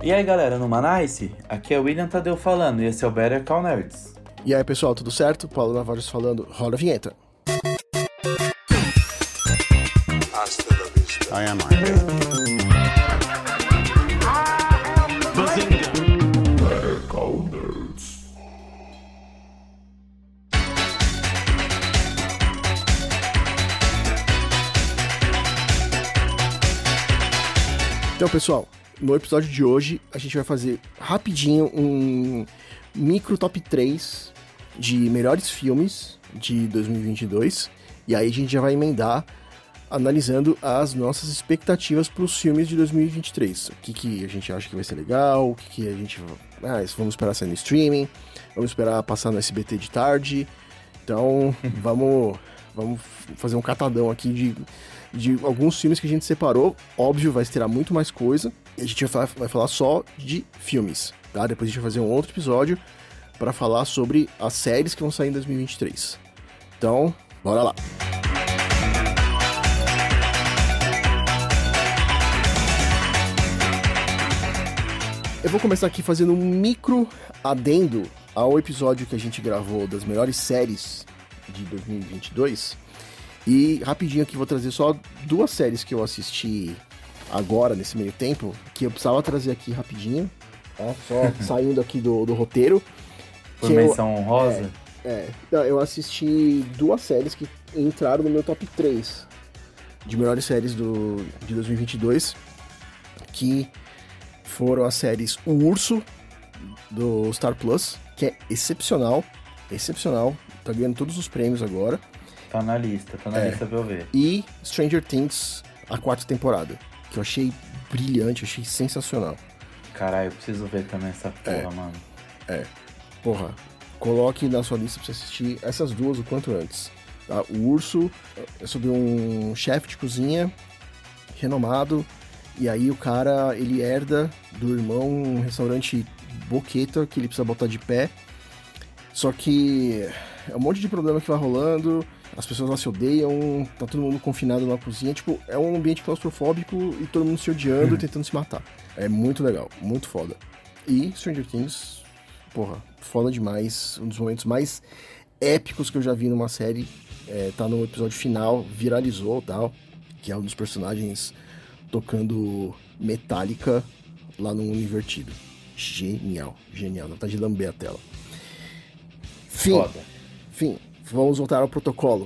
E aí galera, no Manice, aqui é o William Tadeu falando e esse é o Better Call Nerds. E aí pessoal, tudo certo? Paulo Navarro falando, roda a vinheta. I am Iron Man. Better Call Nerds. Então pessoal, no episódio de hoje a gente vai fazer rapidinho um micro top 3 de melhores filmes de 2022. E aí a gente já vai emendar analisando as nossas expectativas para os filmes de 2023. O que a gente acha que vai ser legal, o que a gente... vamos esperar sair no streaming, vamos esperar passar no SBT de tarde. Então, vamos fazer um catadão aqui de alguns filmes que a gente separou. Óbvio, vai ter muito mais coisa. E a gente vai falar só de filmes, tá? Depois a gente vai fazer um outro episódio para falar sobre as séries que vão sair em 2023. Então, bora lá! Eu vou começar aqui fazendo um micro adendo ao episódio que a gente gravou das melhores séries de 2022. E rapidinho aqui vou trazer só duas séries que eu assisti agora, nesse meio tempo, que eu precisava trazer aqui rapidinho, tá? Só saindo aqui do roteiro. Por menção honrosa? Eu assisti duas séries que entraram no meu top 3 de melhores séries de 2022, que foram as séries O Urso, do Star Plus, que é excepcional, tá ganhando todos os prêmios agora. Tá na lista pra eu ver. E Stranger Things, a 4ª temporada, que eu achei brilhante, achei sensacional. Caralho, eu preciso ver também essa porra, mano. Porra, coloque na sua lista pra você assistir essas duas o quanto antes. Tá? O Urso é sobre um chefe de cozinha renomado, e aí o cara, ele herda do irmão um restaurante boqueta que ele precisa botar de pé. Só que é um monte de problema que vai rolando, as pessoas lá se odeiam, tá todo mundo confinado na cozinha. Tipo, é um ambiente claustrofóbico e todo mundo se odiando e tentando se matar. É muito legal, muito foda. E Stranger Things, porra, foda demais. Um dos momentos mais épicos que eu já vi numa série. Tá no episódio final, viralizou e tal, que é um dos personagens tocando Metallica lá no mundo invertido. Genial, não tá de lamber a tela. Fim, vamos voltar ao protocolo.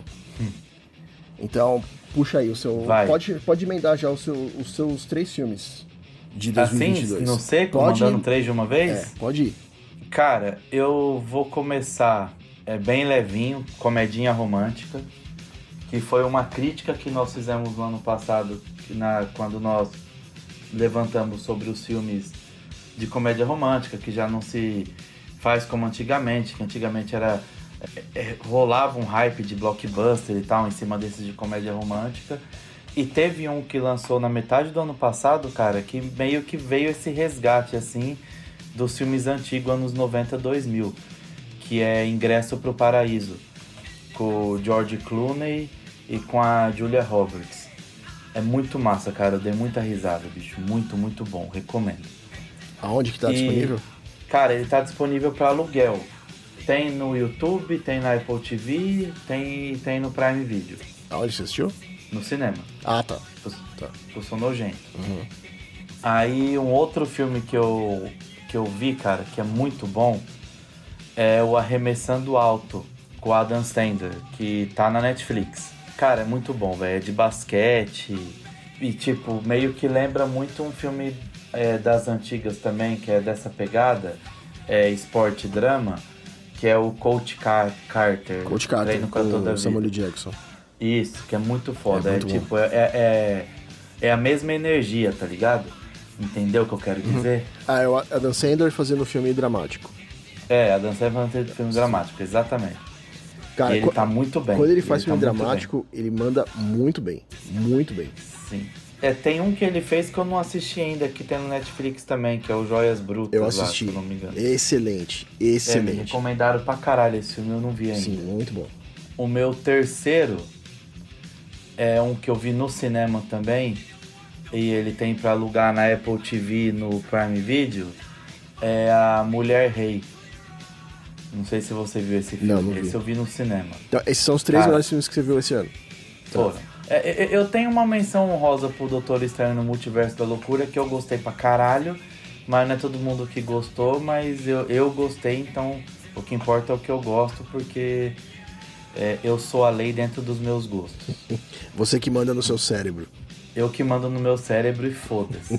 Então, puxa aí o seu... Pode emendar já os seus 3 filmes de 2022. Assim, no seco, mandando 3 de uma vez? Pode ir. Cara, eu vou começar bem levinho, comedinha romântica, que foi uma crítica que nós fizemos no ano passado, quando nós levantamos sobre os filmes de comédia romântica, que já não se faz como antigamente, que antigamente rolava um hype de blockbuster e tal, em cima desses de comédia romântica. E teve um que lançou na metade do ano passado, cara, que meio que veio esse resgate, assim, dos filmes antigos, anos 90, 2000, que é Ingresso pro Paraíso, com o George Clooney e com a Julia Roberts. É muito massa, cara, eu dei muita risada, bicho, muito, muito bom, recomendo. Aonde que tá disponível? Cara, ele tá disponível para aluguel. Tem no YouTube, tem na Apple TV, tem no Prime Video. Aonde você assistiu? No cinema. Ah, tá. Eu sou nojento. Aí um outro filme que eu vi, cara, que é muito bom, é o Arremessando Alto, com o Adam Sandler, que tá na Netflix. Cara, é muito bom, velho. É de basquete e, tipo, meio que lembra muito um filme das antigas também, que é dessa pegada, esporte e drama, que é o Coach Carter. Coach Carter, com o Samuel Jackson. Isso, que é muito foda. Muito tipo, é a mesma energia, tá ligado? Entendeu o que eu quero dizer? É o Adam Sandler fazendo filme dramático. Adam Sandler fazendo filme dramático, exatamente. Cara, e ele tá muito bem. Quando ele faz filme dramático, ele manda muito bem. Muito bem. Sim. Tem um que ele fez que eu não assisti ainda, que tem no Netflix também, que é o Joias Brutas. Eu assisti. Lá, se eu não me engano. Excelente. Me recomendaram pra caralho esse filme, eu não vi ainda. Sim, muito bom. O meu terceiro é um que eu vi no cinema também. e ele tem pra alugar na Apple TV, no Prime Video, é a Mulher Rei. Não sei se você viu esse filme. Não vi. Esse eu vi no cinema. Então, esses são os 3 melhores filmes que você viu esse ano. Foram. Eu tenho uma menção honrosa pro Doutor Estranho no Multiverso da Loucura, que eu gostei pra caralho, mas não é todo mundo que gostou, mas eu gostei, então o que importa é o que eu gosto, porque eu sou a lei dentro dos meus gostos. Você que manda no seu cérebro. Eu que mando no meu cérebro e foda-se.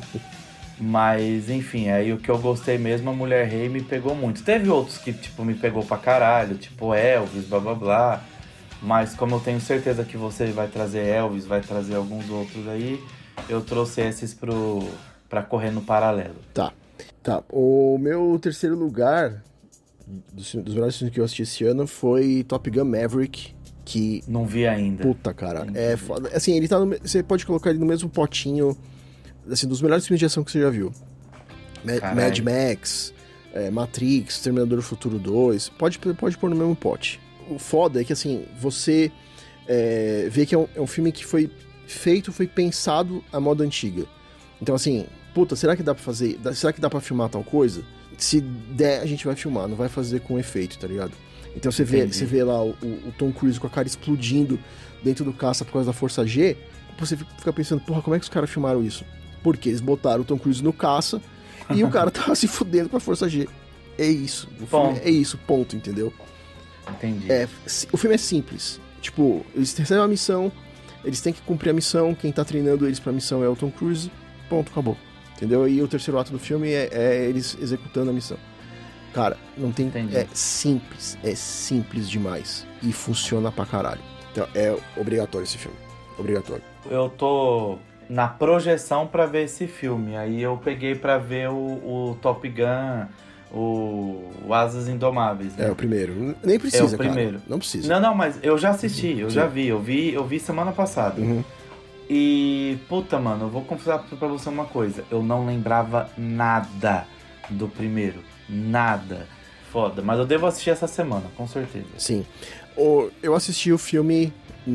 Mas, enfim, aí o que eu gostei mesmo, a Mulher Rei me pegou muito. Teve outros que, tipo, me pegou pra caralho, tipo Elvis, blá blá blá. Mas como eu tenho certeza que você vai trazer Elvis, vai trazer alguns outros aí, eu trouxe esses pra correr no paralelo. Tá. O meu terceiro lugar dos melhores filmes que eu assisti esse ano foi Top Gun Maverick, que... Não vi ainda. Puta, cara, é foda. Assim, ele tá você pode colocar ele no mesmo potinho, assim, dos melhores filmes de ação que você já viu. Mad Max, Matrix, Terminador do Futuro 2, pode pôr no mesmo pote. O foda é que, assim, você vê que é um filme que foi pensado à moda antiga. Então, assim, puta, será que dá pra fazer? Será que dá pra filmar tal coisa? Se der, a gente vai filmar, não vai fazer com efeito, tá ligado? Então você vê lá o Tom Cruise com a cara explodindo dentro do caça por causa da Força G, você fica pensando, porra, como é que os caras filmaram isso? Porque eles botaram o Tom Cruise no caça e o cara tava se fudendo com a Força G. É isso. O filme é isso, ponto, entendeu? Entendi. O filme é simples. Tipo, eles recebem uma missão, eles têm que cumprir a missão, quem tá treinando eles pra missão é o Tom Cruise, ponto, acabou. Entendeu? E o terceiro ato do filme é eles executando a missão. Cara, não tem... Entendi. É simples demais. E funciona pra caralho. Então, é obrigatório esse filme. Obrigatório. Eu tô na projeção pra ver esse filme. Aí eu peguei pra ver o Top Gun, o Asas Indomáveis, né? É o primeiro. Nem precisa, o primeiro. Cara. Não precisa. Não, mas eu já assisti, já vi. Eu vi semana passada. Uhum. E, puta, mano, eu vou confessar pra você uma coisa. Eu não lembrava nada do primeiro. Nada. Foda. Mas eu devo assistir essa semana, com certeza. Sim. Eu assisti o filme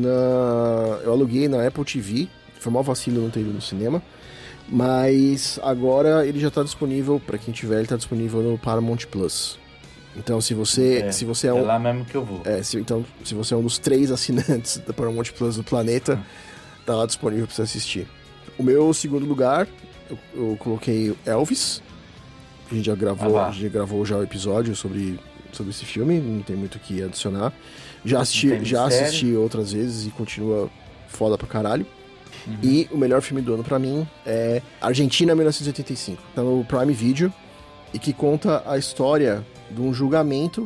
eu aluguei na Apple TV. Foi mal vacilo não ter ido no cinema. Mas agora ele já tá disponível, pra quem tiver, ele tá disponível no Paramount Plus. Então se você é lá mesmo que eu vou. Então, se você é um dos 3 assinantes da Paramount Plus do planeta, tá lá disponível pra você assistir. O meu segundo lugar, eu coloquei Elvis. A gente já gravou já o episódio sobre esse filme, não tem muito o que adicionar. Já assisti outras vezes e continua foda pra caralho. Uhum. E o melhor filme do ano pra mim é Argentina 1985. Tá no Prime Video e que conta a história de um julgamento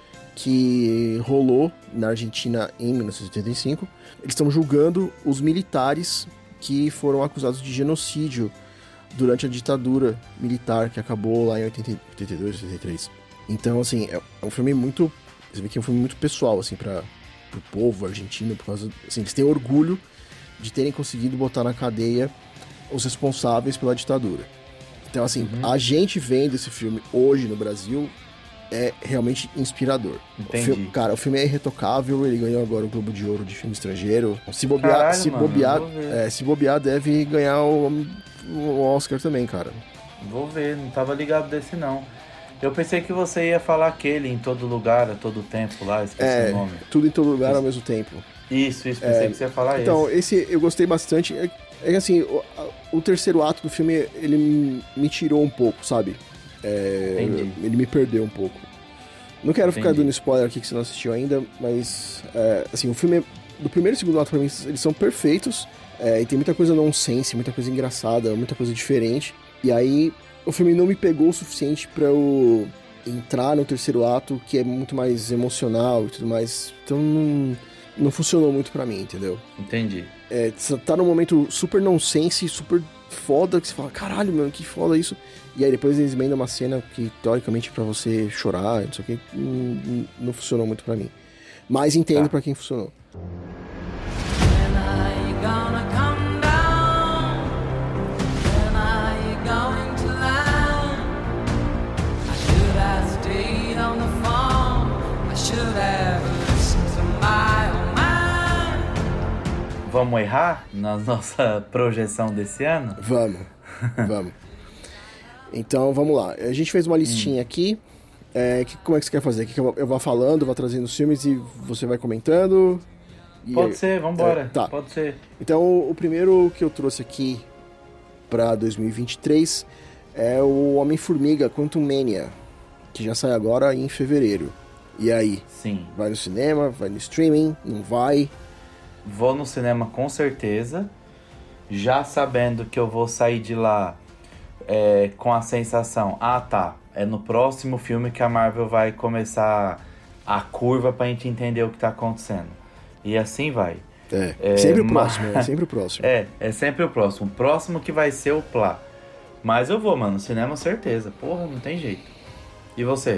que rolou na Argentina em 1985. Eles estão julgando os militares que foram acusados de genocídio durante a ditadura militar que acabou lá em 82, 83. Então, assim, é um filme muito... Você vê que é um filme muito pessoal, assim, pro povo argentino, por causa... Assim, eles têm orgulho de terem conseguido botar na cadeia os responsáveis pela ditadura. Então, assim, a gente vendo esse filme hoje no Brasil é realmente inspirador. Entendi. O filme é irretocável, ele ganhou agora o Globo de Ouro de filme estrangeiro. Se bobear, deve ganhar o Oscar também, cara. Vou ver, não tava ligado desse não. Eu pensei que você ia falar aquele Em Todo Lugar, a Todo Tempo lá, esqueci o nome. Tudo em Todo Lugar ao mesmo tempo. Isso, pensei que você ia falar então, esse eu gostei bastante. É assim, o terceiro ato do filme, ele me tirou um pouco, sabe? Ele me perdeu um pouco. Não quero ficar dando spoiler aqui que você não assistiu ainda, mas assim, o filme do primeiro e segundo ato pra mim, eles são perfeitos. E tem muita coisa nonsense, muita coisa engraçada, muita coisa diferente. E aí, o filme não me pegou o suficiente pra eu entrar no terceiro ato, que é muito mais emocional e tudo mais. Então, não funcionou muito pra mim, entendeu? Entendi. Você tá num momento super nonsense, super foda, que você fala, caralho, mano, que foda isso. E aí depois eles emendam uma cena que, teoricamente, pra você chorar, não sei o que, não funcionou muito pra mim. Mas entendo pra quem funcionou. vamos errar na nossa projeção desse ano? Vamos. Então, vamos lá. A gente fez uma listinha aqui. Como é que você quer fazer? Que eu vou falando, vou trazendo os filmes e você vai comentando? Pode ser, vambora. Tá. Pode ser. Então, o primeiro que eu trouxe aqui pra 2023 é o Homem-Formiga Quantumania, que já sai agora em fevereiro. E aí? Sim. Vai no cinema? Vai no streaming? Não vai? Vou no cinema com certeza, já sabendo que eu vou sair de lá com a sensação, é no próximo filme que a Marvel vai começar a curva pra gente entender o que tá acontecendo. E assim vai. Sempre o próximo, é sempre o próximo. É sempre o próximo. O próximo que vai ser o Plá. Mas eu vou, mano, cinema certeza. Porra, não tem jeito. E você?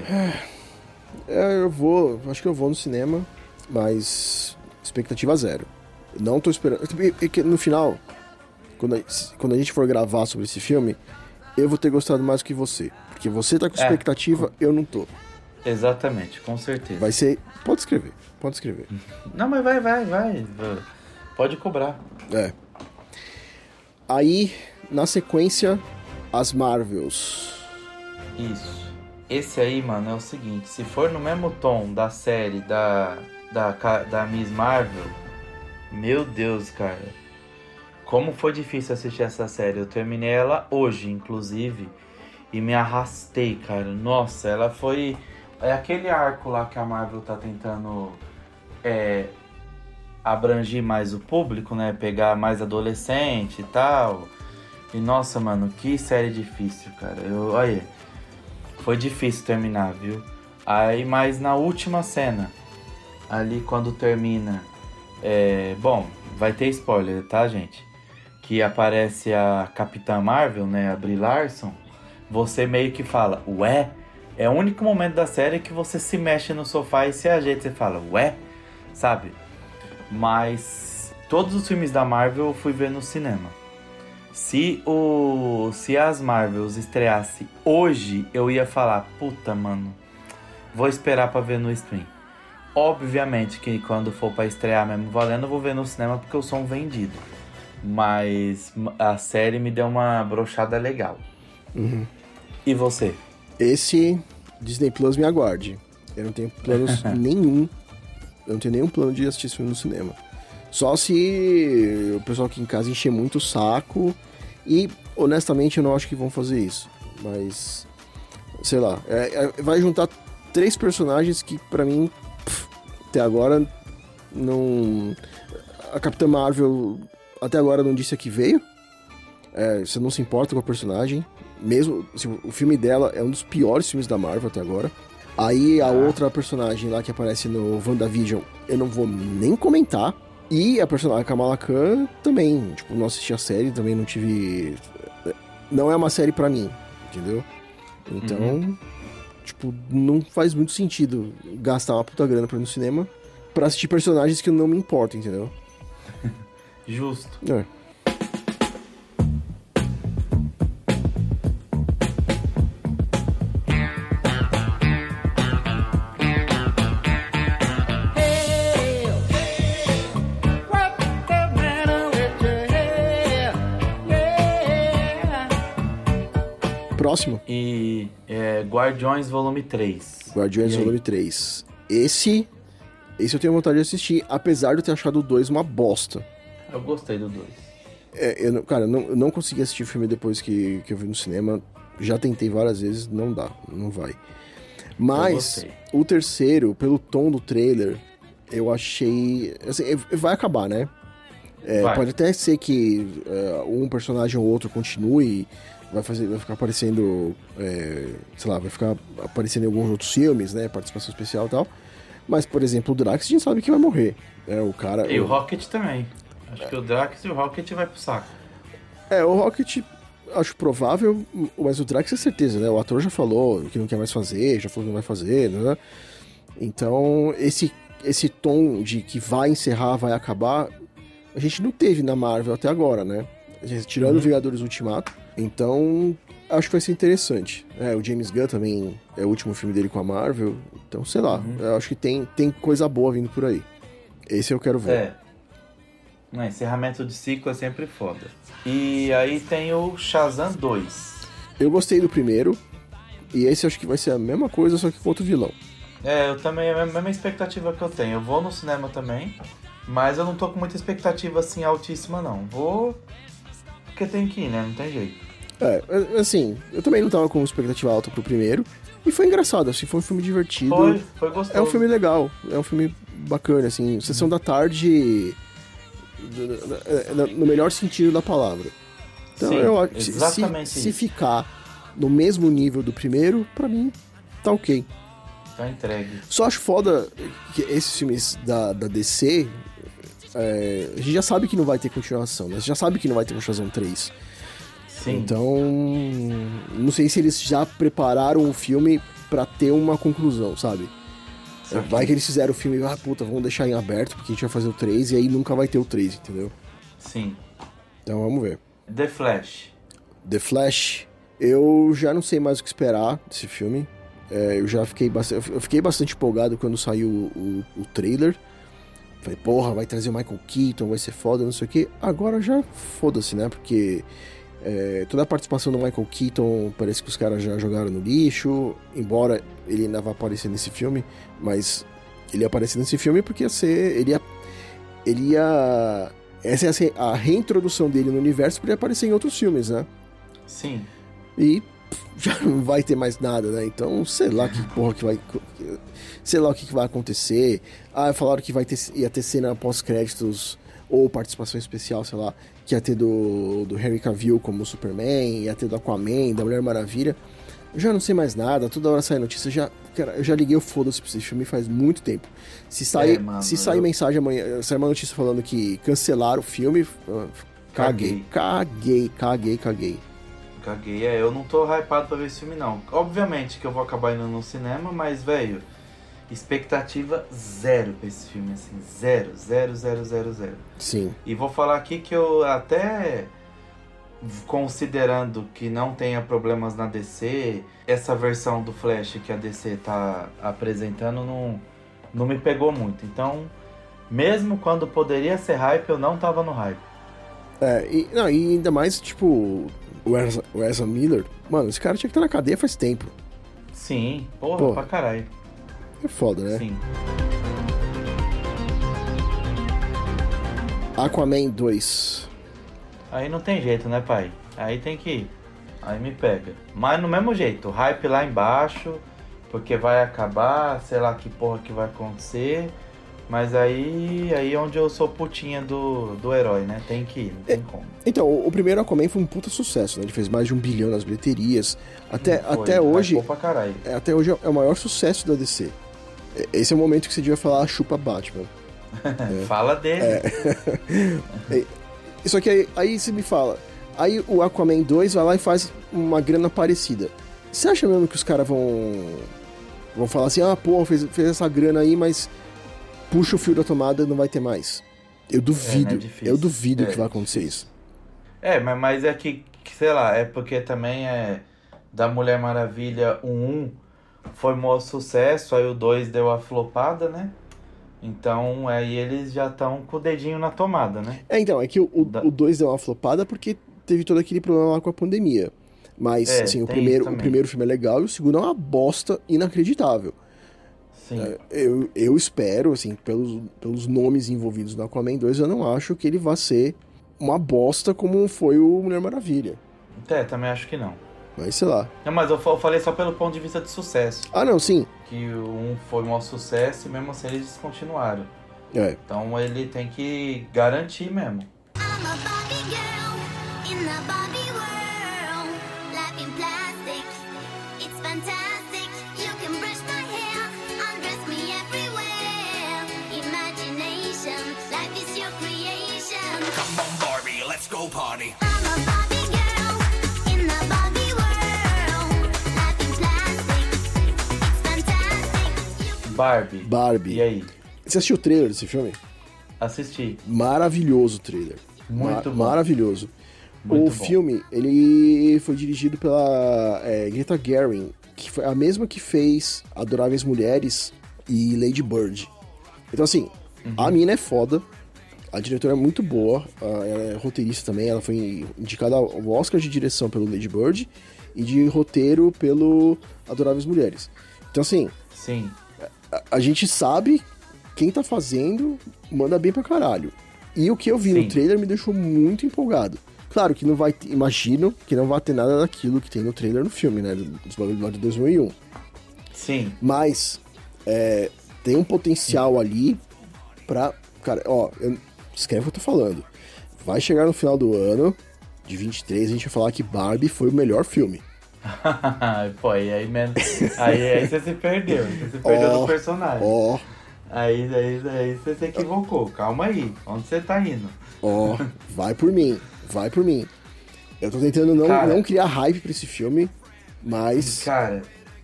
Acho que eu vou no cinema, mas expectativa zero. Não tô esperando. Porque no final, quando a gente for gravar sobre esse filme, eu vou ter gostado mais do que você. Porque você tá com expectativa, eu não tô. Exatamente, com certeza. Vai ser. Pode escrever. Não, mas vai. Pode cobrar. Aí, na sequência, as Marvels. Isso. Esse aí, mano, é o seguinte. Se for no mesmo tom da série da Miss Marvel, meu Deus, cara. Como foi difícil assistir essa série. Eu terminei ela hoje, inclusive, e me arrastei, cara. Nossa, ela foi... É aquele arco lá que a Marvel tá tentando abranger mais o público, né? Pegar mais adolescente e tal. E nossa, mano, que série difícil, cara. Olha, foi difícil terminar, viu? Aí, mas na última cena, ali quando termina... bom, vai ter spoiler, tá, gente? Que aparece a Capitã Marvel, né? A Brie Larson. Você meio que fala, ué? É o único momento da série que você se mexe no sofá e se ajeita. Você fala, ué? Sabe? Mas todos os filmes da Marvel eu fui ver no cinema. Se as Marvels estreasse hoje, eu ia falar, puta, mano, vou esperar pra ver no stream. Obviamente que quando for pra estrear mesmo valendo, eu vou ver no cinema porque eu sou um vendido. Mas a série me deu uma brochada legal. Uhum. E você? Esse Disney Plus me aguarde. Eu não tenho planos nenhum. Eu não tenho nenhum plano de assistir esse filme no cinema. Só se o pessoal aqui em casa encher muito o saco. E, honestamente, eu não acho que vão fazer isso. Mas, sei lá. Vai juntar 3 personagens que, pra mim, até agora, não... A Capitã Marvel, até agora, não disse a que veio. Você não se importa com a personagem. Mesmo, assim, o filme dela é um dos piores filmes da Marvel até agora. Aí a outra personagem lá que aparece no WandaVision, eu não vou nem comentar. E a personagem Kamala Khan também, tipo, não assisti a série, também não tive... Não é uma série pra mim, entendeu? Então, tipo, não faz muito sentido gastar uma puta grana pra ir no cinema pra assistir personagens que não me importam, entendeu? Justo. Próximo. E Guardiões Volume 3. Guardiões Volume 3. Esse eu tenho vontade de assistir, apesar de eu ter achado o 2 uma bosta. Eu gostei do 2. Eu não consegui assistir o filme depois que eu vi no cinema. Já tentei várias vezes, não dá, não vai. Mas o terceiro, pelo tom do trailer, eu achei... Assim, vai acabar, né? Pode até ser que um personagem ou outro continue, vai ficar aparecendo, sei lá, vai ficar aparecendo em alguns outros filmes, né? Participação especial e tal. Mas, por exemplo, o Drax a gente sabe que vai morrer. O cara... E o Rocket também. Acho que o Drax e o Rocket vai pro saco. O Rocket acho provável, mas o Drax é certeza, né? O ator já falou que não quer mais fazer, já falou que não vai fazer, né? Então, esse tom de que vai encerrar, vai acabar, a gente não teve na Marvel até agora, né? Tirando Vingadores Ultimato. Então, acho que vai ser interessante. O James Gunn também é o último filme dele com a Marvel. Então, sei lá, eu acho que tem coisa boa vindo por aí. Esse eu quero ver. Encerramento de ciclo é sempre foda. E aí tem o Shazam 2. Eu gostei do primeiro, e esse eu acho que vai ser a mesma coisa, só que com outro vilão. Eu também, é a mesma expectativa que eu tenho. Eu vou no cinema também, mas eu não tô com muita expectativa assim altíssima não. Vou porque tem que ir, né? Não tem jeito. Assim, eu também não tava com expectativa alta pro primeiro, e foi engraçado, assim, foi um filme divertido. Foi gostoso. É um filme legal, é um filme bacana, assim, sessão da tarde no melhor sentido da palavra. Então Sim, eu acho exatamente se isso. ficar no mesmo nível do primeiro, pra mim tá ok. Tá entregue. Só acho foda que esses filmes da DC, a gente já sabe que não vai ter continuação, né? A gente já sabe que não vai ter um Shazam 3. Sim. Então, não sei se eles já prepararam o filme pra ter uma conclusão, sabe? Vai que eles fizeram o filme, vamos deixar em aberto, porque a gente vai fazer o 3 e aí nunca vai ter o 3, entendeu? Sim. Então vamos ver. The Flash. The Flash, eu já não sei mais o que esperar desse filme. Eu fiquei bastante empolgado quando saiu o trailer. Falei, porra, vai trazer o Michael Keaton, vai ser foda, não sei o que. Agora já foda-se, né? Porque toda a participação do Michael Keaton parece que os caras já jogaram no lixo. Embora ele ainda vá aparecer nesse filme, mas ele ia aparecer nesse filme porque essa é a reintrodução dele no universo para ele aparecer em outros filmes, né? Sim. E já não vai ter mais nada, né? Então, sei lá que porra que vai... Sei lá o que vai acontecer. Falaram que ia ter cena pós-créditos ou participação especial, sei lá, que ia ter do Henry Cavill como Superman, ia ter do Aquaman, da Mulher Maravilha. Eu já não sei mais nada, toda hora sai notícia. Cara, eu já liguei o foda-se pra esse filme faz muito tempo. Se sair mensagem amanhã, sair uma notícia falando que cancelaram o filme, caguei. Eu não tô hypado pra ver esse filme, não. Obviamente que eu vou acabar indo no cinema, mas, velho, expectativa zero pra esse filme, assim. Zero. Sim. E vou falar aqui que eu até, considerando que não tenha problemas na DC, essa versão do Flash que a DC tá apresentando não me pegou muito. Então, mesmo quando poderia ser hype, eu não tava no hype. E ainda mais, tipo... O Ezra Miller, mano, esse cara tinha que estar na cadeia faz tempo. Sim, porra. Pra caralho. É foda, né? Sim. Aquaman 2. Aí não tem jeito, né, pai? Aí tem que ir. Aí me pega. Mas no mesmo jeito, hype lá embaixo, porque vai acabar, sei lá que porra que vai acontecer. Mas aí é onde eu sou putinha do herói, né? Tem que ir, não tem como. Então, o primeiro Aquaman foi um puta sucesso, né? Ele fez mais de 1 bilhão nas bilheterias. Até hoje. Pra caralho. Até hoje é o maior sucesso da DC. Esse é o momento que você devia falar chupa Batman. Fala dele. Só que aí você me fala. Aí o Aquaman 2 vai lá e faz uma grana parecida. Você acha mesmo que os caras vão falar assim, fez essa grana aí, mas puxa o fio da tomada e não vai ter mais? Eu duvido. Eu duvido que vai acontecer isso. Mas é que, sei lá, é porque também da Mulher Maravilha 1 foi maior sucesso, aí o 2 deu a flopada, né? Então aí eles já estão com o dedinho na tomada, né? Então, é que o 2 deu uma flopada porque teve todo aquele problema lá com a pandemia. Mas, assim, o primeiro filme é legal e o segundo é uma bosta inacreditável. Sim. Eu espero, assim, pelos nomes envolvidos no Aquaman 2, eu não acho que ele vá ser uma bosta como foi o Mulher Maravilha. Também acho que não. Mas sei lá. Não, mas eu falei só pelo ponto de vista de sucesso. Não, sim. Que o 1 foi um maior sucesso e mesmo assim eles descontinuaram. Então ele tem que garantir mesmo. I'm a Barbie girl in the Barbie world. Life in plastic, it's fantastic. You can brush my hair, undress me everywhere. Imagination, life is your creation. Come on, Barbie, let's go party. I'm a Barbie girl in the Barbie world. Life in plastic, it's fantastic. Barbie. E aí? Você assistiu o trailer desse filme? Assisti. Maravilhoso o trailer. Muito bom. Maravilhoso. Muito o bom. filme, ele foi dirigido pela Greta Gerwig, que foi a mesma que fez Adoráveis Mulheres e Lady Bird. Então, assim, a mina é foda. A diretora é muito boa, ela é roteirista também, ela foi indicada ao Oscar de direção pelo Lady Bird e de roteiro pelo Adoráveis Mulheres. Então, assim, Sim. a gente sabe quem tá fazendo, manda bem pra caralho. E o que eu vi Sim. no trailer me deixou muito empolgado. Claro que não vai ter, imagino que não vai ter nada daquilo que tem no trailer no filme, né? Dos bagulhos lá de 2001. Sim. Mas, tem um potencial ali pra... Cara, ó, escreve o que eu tô falando. Vai chegar no final do ano, de 23, a gente vai falar que Barbie foi o melhor filme. Pô, aí você se perdeu. Você se perdeu do personagem. Ó, Aí você se equivocou. Calma aí. Onde você tá indo? ó, vai por mim. Eu tô tentando Cara. não criar hype pra esse filme, mas... Cara,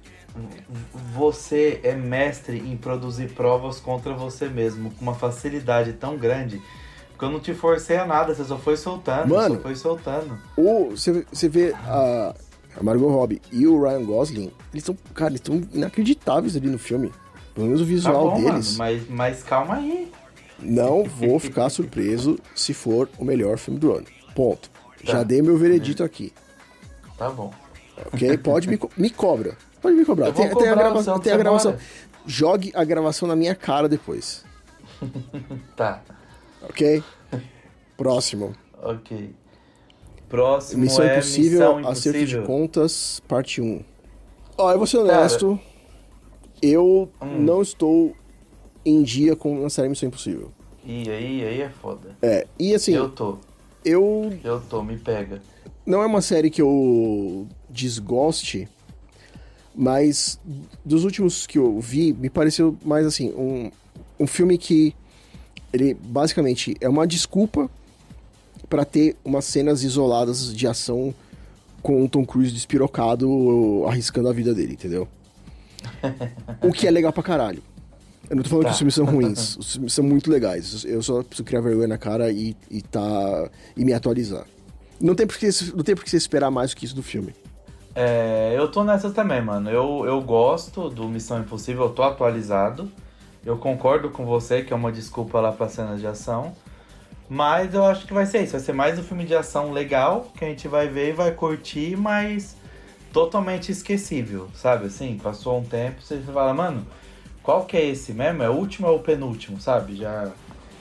você é mestre em produzir provas contra você mesmo com uma facilidade tão grande que eu não te forcei a nada, você só foi soltando, Mano. só foi soltando. Você vê a Margot Robbie e o Ryan Gosling, eles estão inacreditáveis ali no filme. Pelo menos o Tá visual bom, deles. mano, mas calma aí. Não vou ficar surpreso se for o melhor filme do ano. Ponto. Tá. Já dei meu veredito aqui. Tá bom. Ok? Pode me cobra. Pode me cobrar. Eu vou Tem a cobrar gravação. você Tem a gravação. agora. Jogue a gravação na minha cara depois. Tá, Ok? Próximo. ok. Próximo Missão é Impossível, Missão Acerto de Impossível. Contas, parte 1. Ó, eu vou ser honesto. Eu não estou em dia com a série Missão Impossível. E aí é foda. E assim, Eu tô, me pega. não é uma série que eu desgoste, mas dos últimos que eu vi, me pareceu mais assim, um filme que ele basicamente é uma desculpa pra ter umas cenas isoladas de ação com o Tom Cruise despirocado arriscando a vida dele, entendeu? O que é legal pra caralho. Eu não tô falando Tá. que os filmes são ruins, os filmes são muito legais. Eu só preciso criar vergonha na cara e me atualizar. Não tem por que você esperar mais do que isso do filme. Eu tô nessa também, mano. Eu gosto do Missão Impossível, eu tô atualizado. Eu concordo com você que é uma desculpa lá pra cenas de ação. Mas eu acho que vai ser isso. Vai ser mais um filme de ação legal, que a gente vai ver e vai curtir, mas totalmente esquecível, sabe? Assim, passou um tempo, você fala, mano, qual que é esse mesmo? É o último ou é o penúltimo, sabe? Já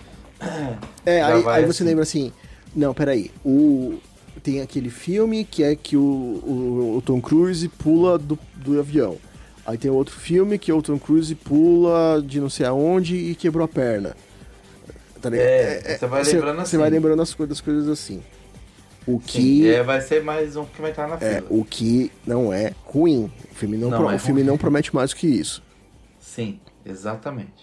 vai Aí você assim. lembra assim, não, peraí, tem aquele filme que é que o Tom Cruise pula do avião. Aí tem outro filme que o Tom Cruise pula de não sei aonde e quebrou a perna. Tá ligado? Você vai lembrando assim. Você vai lembrando das coisas assim. O que... Sim, vai ser mais um que vai estar na fila. o que não é ruim. O filme não promete mais do que isso. Sim, exatamente.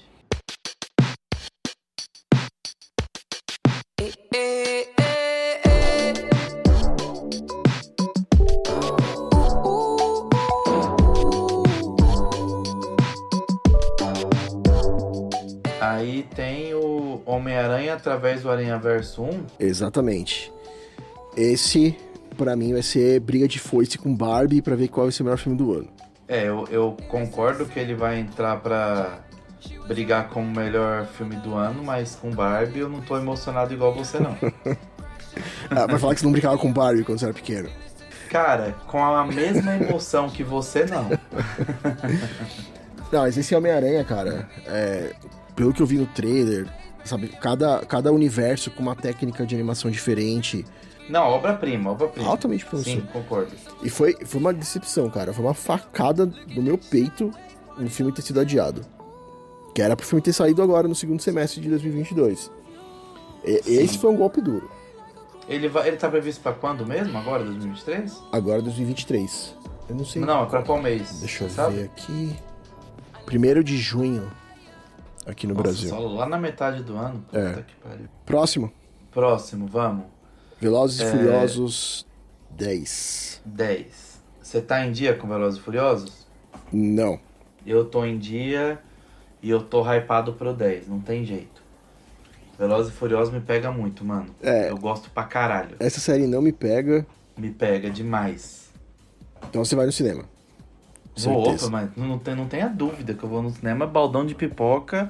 Aí tem o Homem-Aranha através do Aranhaverso 1. Exatamente. Esse, pra mim, vai ser briga de foice com Barbie pra ver qual vai ser o melhor filme do ano. Eu concordo que ele vai entrar pra brigar como o melhor filme do ano, mas com Barbie eu não tô emocionado igual você, não. Vai falar que você não brincava com Barbie quando você era pequeno. Cara, com a mesma emoção que você, não. Não, mas esse Homem-Aranha, cara, pelo que eu vi no trailer, sabe, cada universo com uma técnica de animação diferente. Não, obra-prima. Altamente promissor. Sim, concordo. E foi uma decepção, cara. Foi uma facada no meu peito o filme ter sido adiado. Que era pro filme ter saído agora no segundo semestre de 2022. Esse foi um golpe duro. Ele tá previsto pra quando mesmo? Agora, 2023? Agora 2023. Eu não sei. Não, é pra qual mês? Deixa eu sabe? ver aqui. 1º de junho. Aqui no Nossa, Brasil. só lá na metade do ano. Puta que pariu. Próximo, vamos. Velozes e Furiosos 10. 10. Você tá em dia com Velozes e Furiosos? Não. Eu tô em dia e eu tô hypado pro 10, não tem jeito. Velozes e Furiosos me pega muito, mano. Eu gosto pra caralho. Essa série não me pega, Me pega demais. então você vai no cinema. Vou, Certeza. opa, mas não tenha dúvida que eu vou no cinema, baldão de pipoca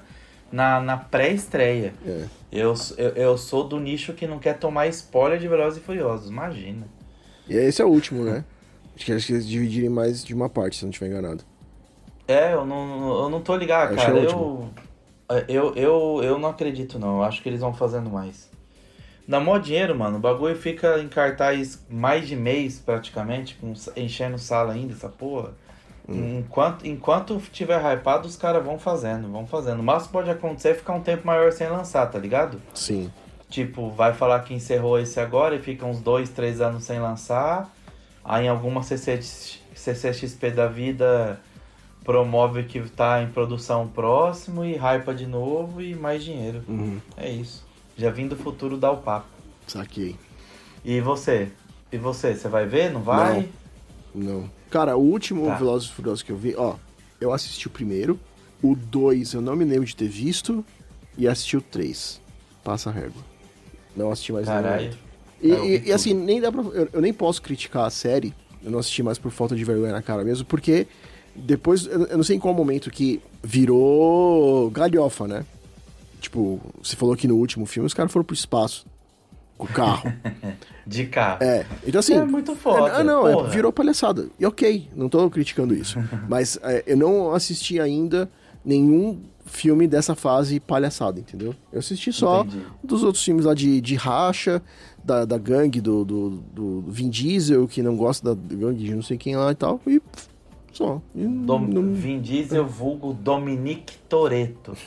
na pré-estreia. É. Eu sou do nicho que não quer tomar spoiler de Velozes e Furiosos, imagina. E esse é o último, né? Acho que eles dividirem mais de uma parte, se eu não estiver enganado. Eu não tô ligado, Acho cara. que é o Eu não acredito, não. Eu acho que eles vão fazendo mais. Dá mó dinheiro, mano. O bagulho fica em cartaz mais de mês, praticamente, enchendo sala ainda, essa porra. Enquanto tiver hypado, os caras vão fazendo. O máximo pode acontecer é ficar um tempo maior sem lançar, tá ligado? Sim. Tipo, vai falar que encerrou esse agora e fica uns 2, 3 anos sem lançar. Aí em alguma CCXP da vida promove que tá em produção próximo e hypa de novo e mais dinheiro. É isso. Já vim do futuro dar o papo. Saquei. E você? Você vai ver? Não vai? Não. Cara, o último Tá. Velozes e Furiosos que eu vi, eu assisti o primeiro, o 2 eu não me lembro de ter visto, e assisti o 3. Passa a régua. Não assisti mais Caralho. nenhum. Eu vi E assim, nem dá pra. Eu nem posso criticar a série, eu não assisti mais por falta de vergonha na cara mesmo, porque depois, eu não sei em qual momento que virou galhofa, né? Tipo, você falou que no último filme os caras foram pro espaço com o carro. De carro. Então assim... É muito foda, porra. virou palhaçada. E ok, não tô criticando isso. Mas eu não assisti ainda nenhum filme dessa fase palhaçada, entendeu? Eu assisti só Entendi. dos outros filmes lá de racha, da gangue do Vin Diesel, que não gosta da gangue de não sei quem lá e tal, e só. E não- Vin Diesel vulgo Dominique Toretto.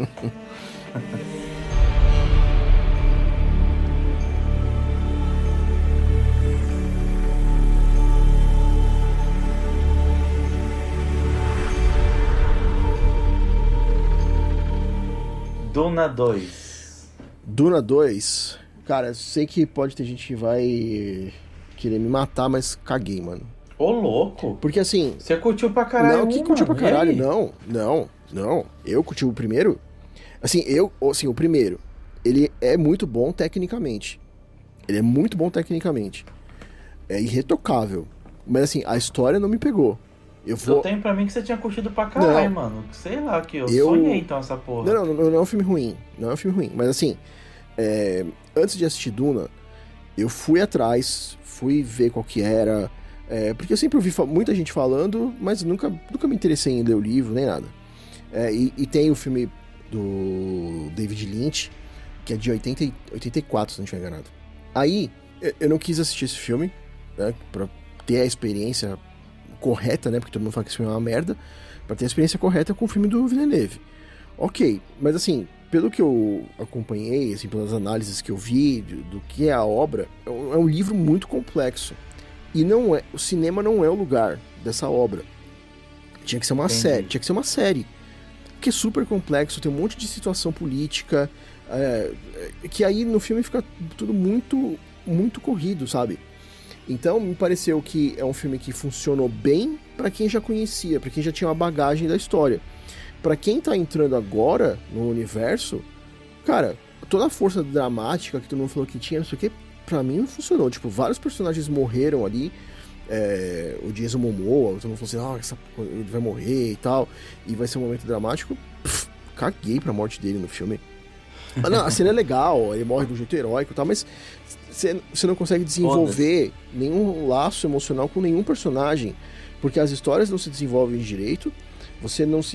Duna 2. Duna 2, cara, eu sei que pode ter gente que vai querer me matar, mas caguei, mano. Ô, louco. Porque assim, Você curtiu pra caralho? não, que curtiu pra mano? E caralho, aí? não. Eu curti o primeiro. Assim, o primeiro, ele é muito bom tecnicamente. É irretocável. Mas assim, a história não me pegou. Eu Eu tenho pra mim que você tinha curtido pra caralho, mano. Sei lá, que eu sonhei então essa porra. Não é um filme ruim. Não é um filme ruim. Mas assim, antes de assistir Duna, eu fui atrás, fui ver qual que era. Porque eu sempre ouvi muita gente falando, mas nunca me interessei em ler o livro, nem nada. E tem o filme do David Lynch, que é de 84, se não estiver enganado. Aí, eu não quis assistir esse filme, né, pra ter a experiência correta, né, porque todo mundo fala que esse filme é uma merda, pra ter a experiência correta com o filme do Villeneuve. Ok, mas assim, pelo que eu acompanhei, assim, pelas análises que eu vi do que é a obra, é um livro muito complexo. E o cinema não é o lugar dessa obra. Tinha que ser uma série. Porque é super complexo, tem um monte de situação política, que aí no filme fica tudo muito, muito corrido, sabe? Então me pareceu que é um filme que funcionou bem pra quem já conhecia, pra quem já tinha uma bagagem da história. Pra quem tá entrando agora no universo, cara, toda a força dramática que todo mundo falou que tinha, não sei o que, pra mim não funcionou. Tipo, vários personagens morreram ali. O Jason Momoa, todo mundo falou assim, ele vai morrer e tal, e vai ser um momento dramático. Caguei pra morte dele no filme. Não, a cena é legal, ele morre do jeito heróico e tal, mas você não consegue desenvolver nenhum laço emocional com nenhum personagem, porque as histórias não se desenvolvem direito, você não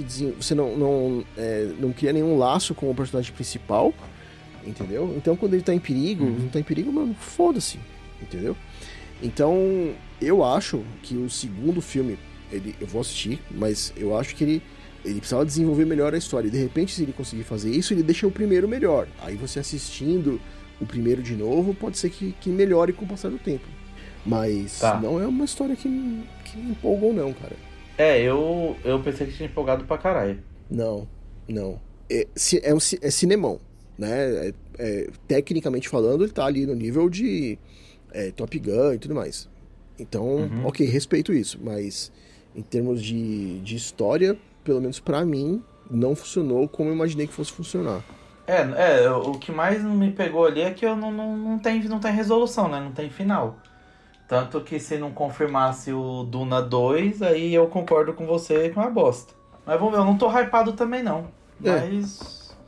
cria nenhum laço com o personagem principal, entendeu? Então quando ele tá em perigo, não tá em perigo, mano, foda-se, entendeu? Então, eu acho que o segundo filme, eu vou assistir, mas eu acho que ele precisava desenvolver melhor a história. E de repente, se ele conseguir fazer isso, ele deixa o primeiro melhor. Aí você assistindo o primeiro de novo, pode ser que melhore com o passar do tempo. Mas não é uma história que me empolgou não, cara. Eu pensei que tinha empolgado pra caralho. Não. É cinemão, né? Tecnicamente falando, ele tá ali no nível de Top Gun e tudo mais. Então, ok, respeito isso. Mas em termos de história, pelo menos pra mim, não funcionou como eu imaginei que fosse funcionar. O que mais me pegou ali é que eu não tem resolução, né? Não tem final. Tanto que se não confirmasse o Duna 2, aí eu concordo com você com a bosta. Mas vamos ver, eu não tô hypado também não. Mas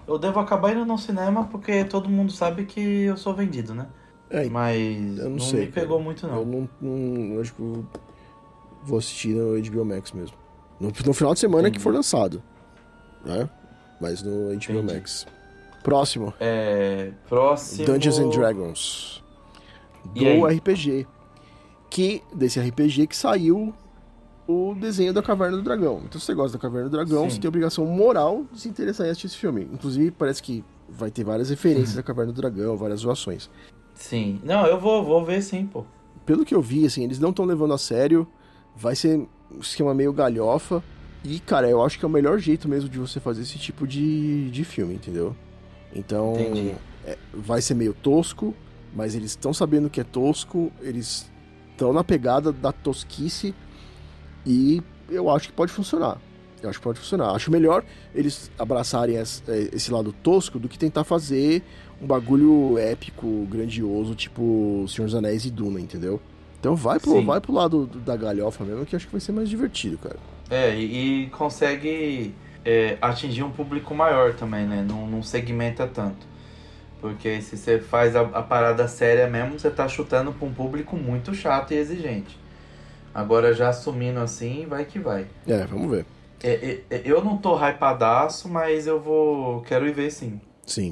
Eu devo acabar indo no cinema porque todo mundo sabe que eu sou vendido, né? Mas eu não sei, me pegou muito, não. Eu não acho que eu vou assistir no HBO Max mesmo. No final de semana que for lançado, né? Mas no HBO Max. Próximo. Próximo... Dungeons and Dragons. E aí? Do RPG. Desse RPG que saiu o desenho da Caverna do Dragão. Então, se você gosta da Caverna do Dragão, Sim. você tem a obrigação moral de se interessar em assistir esse filme. Inclusive, parece que vai ter várias referências da Caverna do Dragão, várias zoações. Sim. Não, eu vou ver sim, pô. Pelo que eu vi, assim, eles não estão levando a sério. Vai ser um esquema meio galhofa. E, cara, eu acho que é o melhor jeito mesmo de você fazer esse tipo de filme, entendeu? Então, Entendi. vai ser meio tosco, mas eles estão sabendo que é tosco, eles estão na pegada da tosquice e eu acho que pode funcionar. Acho melhor eles abraçarem esse lado tosco do que tentar fazer um bagulho épico, grandioso, tipo Senhor dos Anéis e Duna, entendeu? Então vai pro lado da galhofa mesmo, que eu acho que vai ser mais divertido, cara. E consegue atingir um público maior também, né? Não segmenta tanto. Porque se você faz a parada séria mesmo, você tá chutando pra um público muito chato e exigente. Agora já assumindo assim, vai que vai. Vamos ver. Eu não tô hypadaço, mas quero ir ver sim. Sim.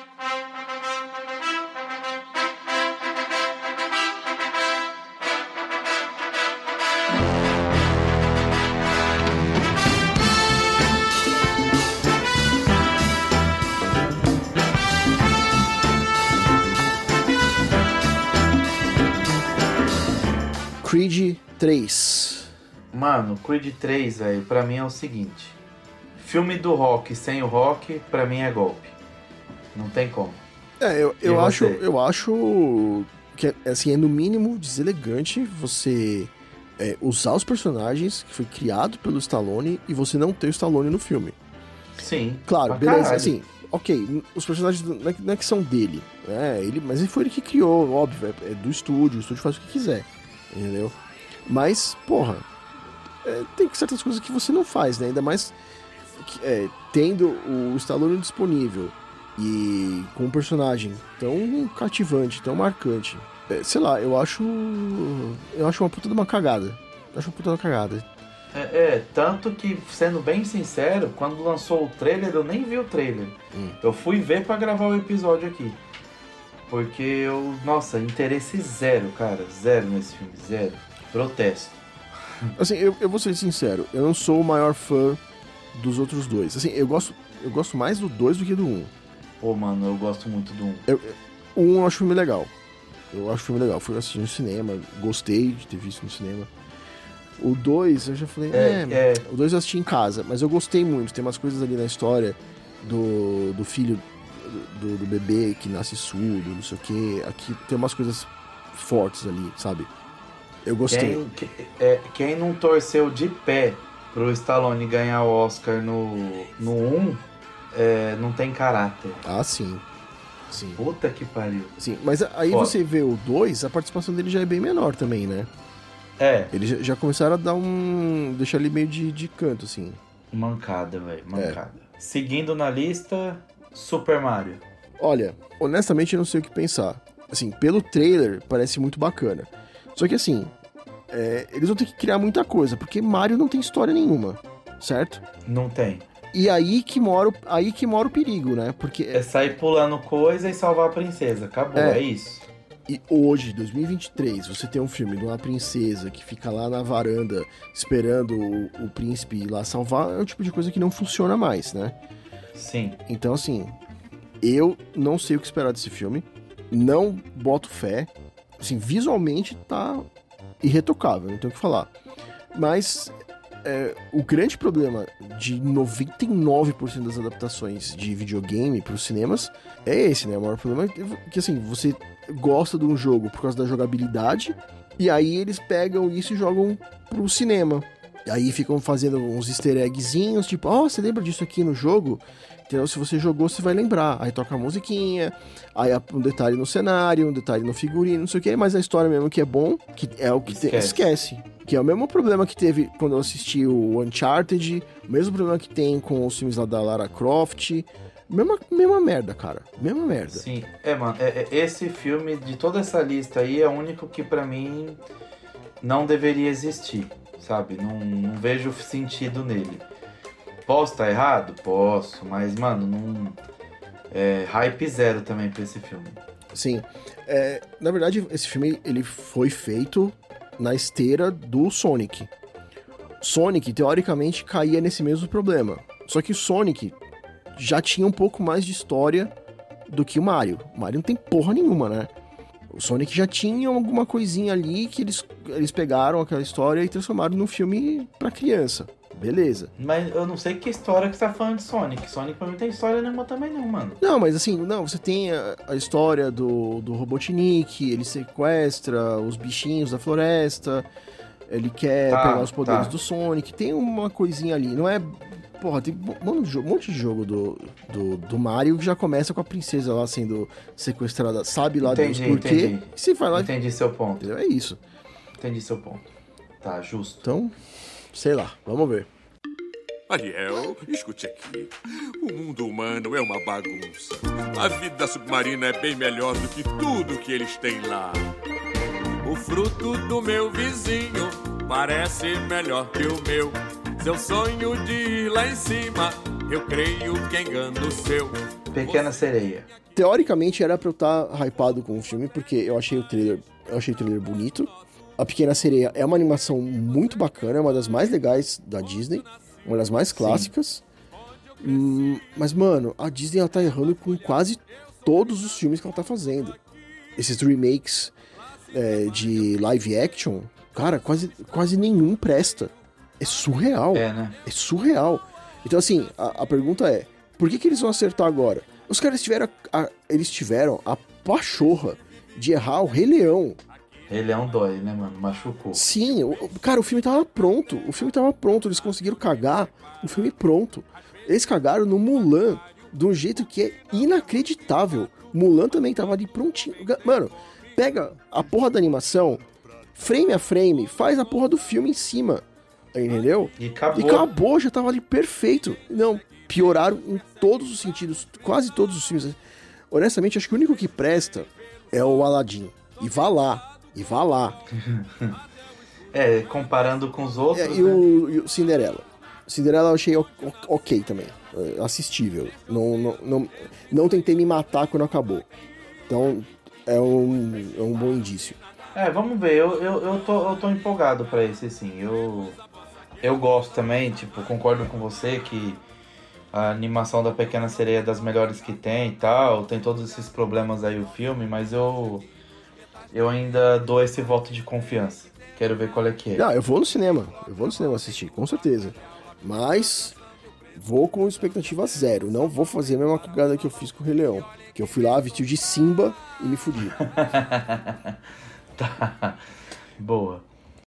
Creed 3. Mano, Creed 3, velho, pra mim é o seguinte. Filme do Rock sem o Rock, pra mim é golpe. Não tem como. Eu acho que assim, é no mínimo deselegante você usar os personagens que foi criado pelo Stallone e você não ter o Stallone no filme. Sim. Claro, pra beleza, caralho. assim, ok, os personagens não é que são dele, mas foi ele que criou, óbvio, é do estúdio, o estúdio faz o que quiser, entendeu? Mas, porra, tem certas coisas que você não faz, né? Ainda mais tendo o Stallone disponível e com um personagem tão cativante, tão marcante. Sei lá, eu acho uma puta de uma cagada. Tanto que, sendo bem sincero, quando lançou o trailer, eu nem vi o trailer. Eu fui ver pra gravar o episódio aqui. Porque nossa, interesse zero, cara. Zero nesse filme, zero. Protesto. Assim, eu vou ser sincero, eu não sou o maior fã dos outros dois. Assim, eu gosto mais do 2 do que do 1. Pô, mano, eu gosto muito do 1. O 1 eu acho filme legal. Fui assistir no cinema, gostei de ter visto no cinema. O 2, eu já falei, o 2 eu assisti em casa, mas eu gostei muito. Tem umas coisas ali na história do filho do bebê que nasce surdo, não sei o que. Aqui tem umas coisas fortes ali, sabe? Eu gostei. Quem não torceu de pé pro Stallone ganhar o Oscar no 1, não tem caráter. Ah, sim. Sim. Puta que pariu. Sim, mas aí você vê o 2, a participação dele já é bem menor também, né? Eles já começaram a dar deixar ele meio de canto, assim. Mancada, velho. Mancada. Seguindo na lista, Super Mario. Olha, honestamente eu não sei o que pensar. Assim, pelo trailer parece muito bacana. Só que assim, eles vão ter que criar muita coisa, porque Mario não tem história nenhuma, certo? Não tem. E aí que mora o perigo, né? Porque É sair pulando coisa e salvar a princesa. Acabou, é isso. E hoje, 2023, você tem um filme de uma princesa que fica lá na varanda esperando o príncipe ir lá salvar, é o tipo de coisa que não funciona mais, né? Sim. Então, assim, eu não sei o que esperar desse filme, não boto fé, assim, visualmente tá irretocável, não tenho o que falar. Mas o grande problema de 99% das adaptações de videogame para os cinemas é esse, né? O maior problema é que, assim, você gosta de um jogo por causa da jogabilidade e aí eles pegam isso e jogam pro cinema. E aí ficam fazendo uns easter eggzinhos, tipo, você lembra disso aqui no jogo? Então, se você jogou, você vai lembrar. Aí toca a musiquinha, aí um detalhe no cenário, um detalhe no figurino, não sei o que, mas a história mesmo que é bom, que é o que esquece. Que é o mesmo problema que teve quando eu assisti o Uncharted, o mesmo problema que tem com os filmes lá da Lara Croft, Mesma merda, cara. Mesma merda. Sim, mano, esse filme, de toda essa lista aí, é o único que pra mim não deveria existir, sabe? Não vejo sentido nele. Posso estar errado? Posso, mas, mano, não... hype zero também pra esse filme. Sim. Na verdade, esse filme ele foi feito na esteira do Sonic. Sonic, teoricamente, caía nesse mesmo problema. Só que o Sonic já tinha um pouco mais de história do que o Mario. O Mario não tem porra nenhuma, né? O Sonic já tinha alguma coisinha ali que eles pegaram aquela história e transformaram num filme pra criança. Beleza. Mas eu não sei que história que você tá falando de Sonic. Sonic pra mim não tem história nenhuma também não, mano. Não, mas assim, você tem a história do Robotnik, ele sequestra os bichinhos da floresta, ele quer pegar os poderes do Sonic, tem uma coisinha ali, não é... Porra, tem um monte de jogo do Mario que já começa com a princesa lá sendo sequestrada, sabe lá Deus por quê. Entendi. E você vai lá... Entendi seu ponto. É isso. Entendi seu ponto. Tá, justo. Então, sei lá, vamos ver. Ariel, escute aqui. O mundo humano é uma bagunça. A vida submarina é bem melhor do que tudo que eles têm lá. O fruto do meu vizinho parece melhor que o meu. Seu sonho de ir lá em cima, eu creio que engano o seu. Pequena Sereia. Teoricamente era pra eu estar hypado com o filme, porque eu achei o trailer bonito. A Pequena Sereia é uma animação muito bacana, é uma das mais legais da Disney, uma das mais clássicas. Mas, mano, a Disney ela tá errando com quase todos os filmes que ela tá fazendo. Esses remakes de live action, cara, quase nenhum presta. É surreal. Né? É surreal. Então, assim, a pergunta é, por que eles vão acertar agora? Os caras tiveram a pachorra de errar o Rei Leão. Rei Leão dói, né, mano? Machucou. Sim, cara, o filme tava pronto. Eles conseguiram cagar o filme pronto. Eles cagaram no Mulan de um jeito que é inacreditável. Mulan também tava ali prontinho. Mano, pega a porra da animação, frame a frame, faz a porra do filme em cima. Entendeu? E acabou, já tava ali perfeito. Não, pioraram em todos os sentidos, quase todos os filmes. Honestamente, acho que o único que presta é o Aladdin. E vá lá. Comparando com os outros. E o Cinderela. Cinderela eu achei ok também. Assistível. Não tentei me matar quando acabou. Então, é um bom indício. Vamos ver. Eu tô empolgado pra esse, sim. Eu gosto também, tipo, concordo com você que a animação da Pequena Sereia é das melhores que tem e tal. Tem todos esses problemas aí o filme, mas eu ainda dou esse voto de confiança. Quero ver qual é que é. Não, eu vou no cinema assistir, com certeza. Mas vou com expectativa zero. Não vou fazer a mesma cagada que eu fiz com o Rei Leão. Que eu fui lá, vesti de Simba e me fudi. Tá. Boa.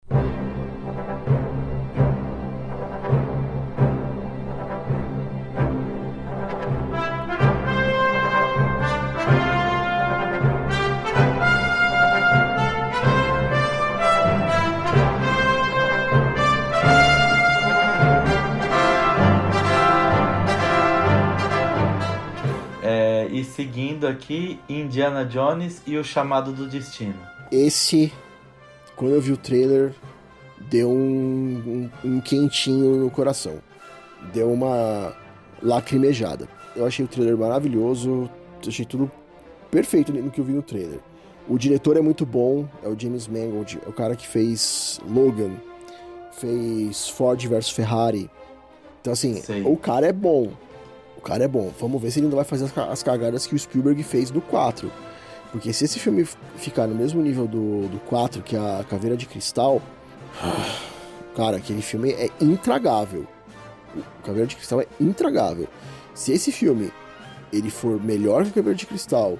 E seguindo aqui, Indiana Jones e o Chamado do Destino. Esse, quando eu vi o trailer, deu um quentinho no coração. Deu uma lacrimejada. Eu achei o trailer maravilhoso, achei tudo perfeito no que eu vi no trailer. O diretor é muito bom, é o James Mangold, é o cara que fez Logan, fez Ford vs Ferrari. Então assim, o cara é bom. Vamos ver se ele não vai fazer as cagadas que o Spielberg fez no 4. Porque se esse filme ficar no mesmo nível do 4, que é a Caveira de Cristal, cara, aquele filme é intragável. O Caveira de Cristal é intragável. Se esse filme ele for melhor que o Caveira de Cristal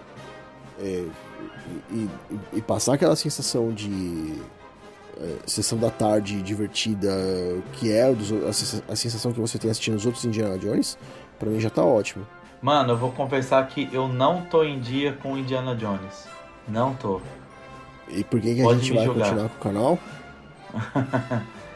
e passar aquela sensação de sessão da tarde divertida, que é a sensação que você tem assistindo os outros Indiana Jones, pra mim já tá ótimo. Mano, eu vou confessar que eu não tô em dia com Indiana Jones. Não tô. E por que a gente vai continuar com o canal?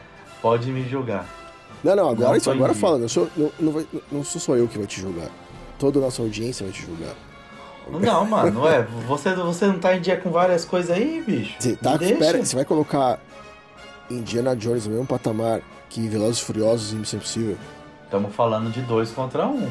Pode me julgar. Não, agora fala. Não sou só eu que vai te julgar. Toda a nossa audiência vai te julgar. Não, mano, você não tá em dia com várias coisas aí, bicho? Você vai colocar Indiana Jones no mesmo patamar que Velozes e Furiosos e Missão Impossível? Estamos falando de 2 contra 1.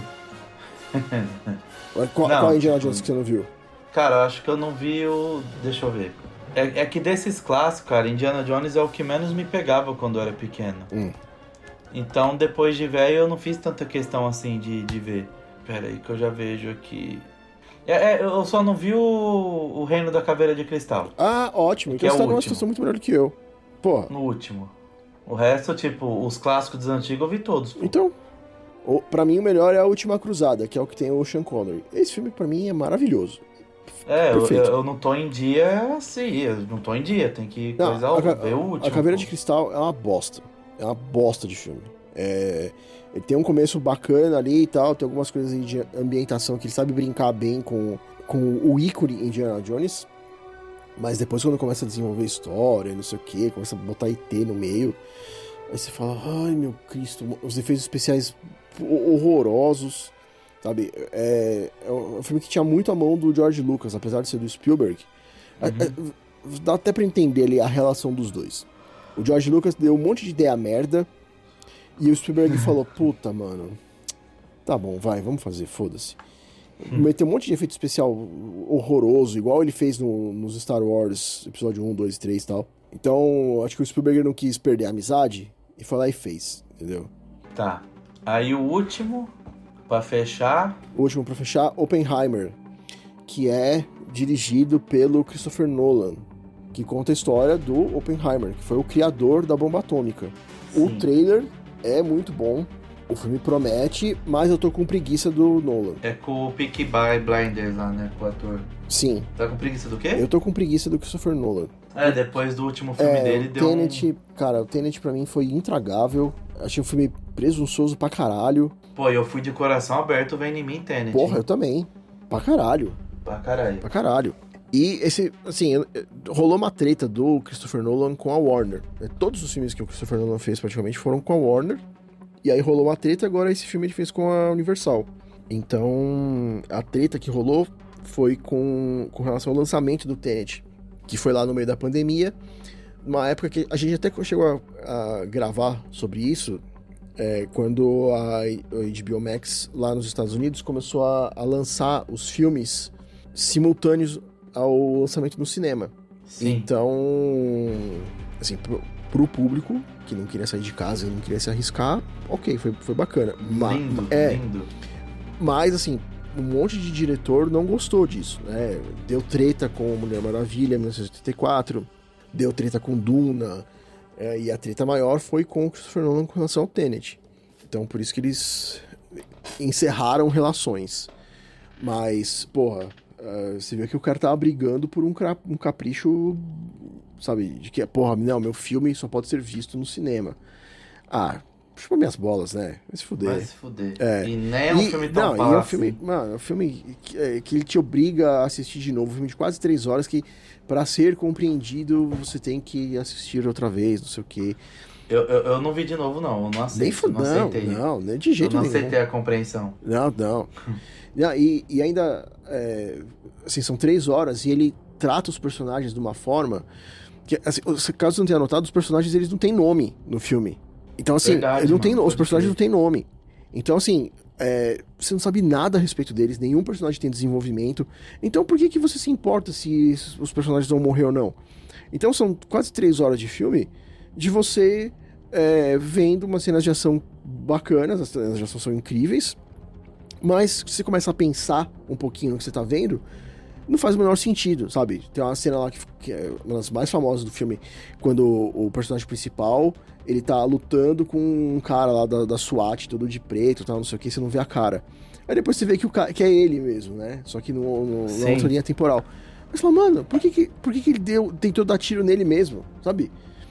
Qual Indiana Jones que você não viu? Cara, eu acho que eu não vi o... Deixa eu ver. É que desses clássicos, cara, Indiana Jones é o que menos me pegava quando eu era pequeno. Então, depois de velho, eu não fiz tanta questão assim de ver. Pera aí que eu já vejo aqui... eu só não vi o Reino da Caveira de Cristal. Ah, ótimo. Então você tá numa situação muito melhor do que eu. Pô. No último. O resto, tipo, os clássicos dos antigos eu vi todos. Pô. Então, pra mim o melhor é A Última Cruzada, que é o que tem o Sean Connery. Esse filme pra mim é maravilhoso. Eu não tô em dia assim, eu não tô em dia, tem que ver o último. A Caveira de Cristal é uma bosta. É uma bosta de filme. Ele tem um começo bacana ali e tal, tem algumas coisas aí de ambientação que ele sabe brincar bem com o ícone Indiana Jones, mas depois quando começa a desenvolver história, não sei o que, começa a botar IT no meio, aí você fala, ai meu Cristo, os efeitos especiais horrorosos, sabe? É um filme que tinha muito a mão do George Lucas, apesar de ser do Spielberg. Dá até pra entender ali a relação dos dois. O George Lucas deu um monte de ideia merda, e o Spielberg falou, puta, mano, tá bom, vai, vamos fazer, foda-se. Meteu um monte de efeito especial horroroso, igual ele fez nos Star Wars, episódio 1, 2, 3 e tal. Então, acho que o Spielberg não quis perder a amizade, e foi lá e fez, entendeu? Tá. Aí o último, pra fechar... O último pra fechar, Oppenheimer, que é dirigido pelo Christopher Nolan, que conta a história do Oppenheimer, que foi o criador da bomba atômica. Sim. O trailer é muito bom, o filme promete, mas eu tô com preguiça do Nolan. É com o Peaky Blinders lá, né, com o ator. Sim. Tá com preguiça do quê? Eu tô com preguiça do Christopher Nolan. Depois do último filme dele deu Cara, o Tenet pra mim foi intragável. Achei um filme presunçoso pra caralho. Pô, eu fui de coração aberto vendo em mim Tenet. Porra, eu também. Pra caralho. Pra caralho. E rolou uma treta do Christopher Nolan com a Warner. Todos os filmes que o Christopher Nolan fez praticamente foram com a Warner. E aí rolou uma treta, agora esse filme ele fez com a Universal. Então, a treta que rolou foi com relação ao lançamento do Tenet, que foi lá no meio da pandemia. Uma época que a gente até chegou a gravar sobre isso, quando a HBO Max, lá nos Estados Unidos, começou a lançar os filmes simultâneos ao lançamento no cinema. Sim. Então, assim, pro público que não queria sair de casa e não queria se arriscar, ok, foi bacana. Lindo. Mas, assim, um monte de diretor não gostou disso, né? Deu treta com Mulher Maravilha, 1984, deu treta com Duna, e a treta maior foi com o Christopher Nolan com relação ao Tenet. Então, por isso que eles encerraram relações. Mas, porra, você vê que o cara tava brigando por um capricho, sabe, de que, porra, não, meu filme só pode ser visto no cinema. Chupa minhas bolas, né? Vai se fuder. E nem é um filme tão fácil. É um filme, mano, é um filme que ele te obriga a assistir de novo, um filme de quase 3 horas que, pra ser compreendido, você tem que assistir outra vez, não sei o quê. Eu não vi de novo, não. Eu não aceito. Nem aceitei. Não, nem de jeito nenhum. Eu não aceitei a compreensão. Não. E ainda, assim, são 3 horas e ele trata os personagens de uma forma que, assim, caso você não tenha notado, os personagens eles não têm nome no filme. Então, assim, verdade, os personagens não têm nome. Então, assim, você não sabe nada a respeito deles, nenhum personagem tem desenvolvimento. Então, por que você se importa se os personagens vão morrer ou não? Então, são quase 3 horas de filme de você vendo umas cenas de ação bacanas, as cenas de ação são incríveis, mas você começa a pensar um pouquinho no que você tá vendo, não faz o menor sentido, sabe? Tem uma cena lá que é uma das mais famosas do filme, quando o personagem principal, ele tá lutando com um cara lá da SWAT, todo de preto, tal, não sei o que, você não vê a cara. Aí depois você vê que é ele mesmo, né? Só que na outra linha temporal. Mas você fala, mano, por que ele tentou dar tiro nele mesmo, sabe?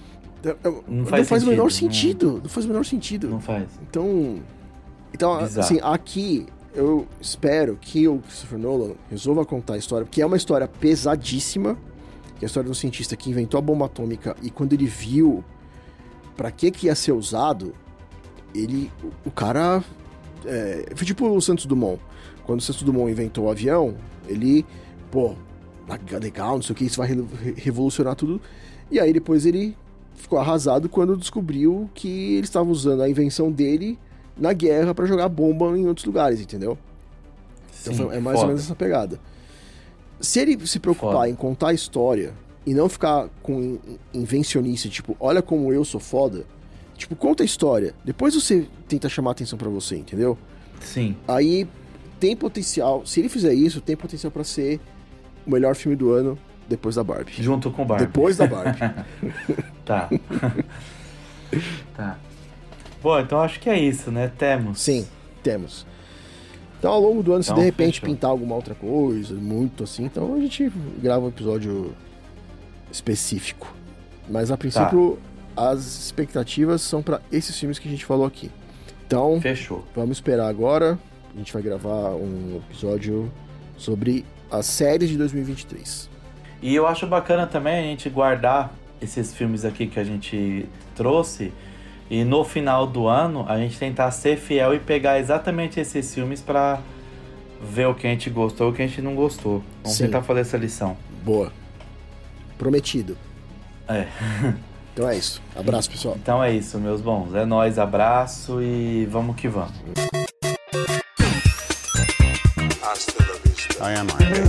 Não faz o menor sentido. Não faz o menor sentido. Não faz. Então assim, aqui eu espero que o Christopher Nolan resolva contar a história, porque é uma história pesadíssima, que é a história de um cientista que inventou a bomba atômica e quando ele viu pra que ia ser usado, o cara Foi tipo o Santos Dumont. Quando o Santos Dumont inventou o avião, ele, legal, não sei o que, isso vai revolucionar tudo. E aí depois ele ficou arrasado quando descobriu que ele estava usando a invenção dele na guerra pra jogar bomba em outros lugares, entendeu? Sim, então é mais ou menos essa pegada. Se ele se preocupar em contar a história e não ficar com invencionice, tipo, olha como eu sou foda, tipo, conta a história, depois você tenta chamar atenção pra você, entendeu? Sim. Aí tem potencial, se ele fizer isso, tem potencial pra ser o melhor filme do ano depois da Barbie. Junto com Barbie. Depois da Barbie. Tá. Tá. Bom, então acho que é isso, né? Temos. Sim, temos. Então, ao longo do ano, Então, se de repente fechou. pintar alguma outra coisa, muito assim, então a gente grava um episódio específico. Mas, a princípio, as expectativas são pra esses filmes que a gente falou aqui. Então, Fechou. vamos esperar agora. A gente vai gravar um episódio sobre as séries de 2023. E eu acho bacana também a gente guardar esses filmes aqui que a gente trouxe e no final do ano a gente tentar ser fiel e pegar exatamente esses filmes pra ver o que a gente gostou e o que a gente não gostou. Vamos Sim. tentar fazer essa lição. Boa. Prometido. É. Então é isso. Abraço, pessoal. Então é isso, meus bons. É nóis, abraço e vamos que vamos. I am Iron Man.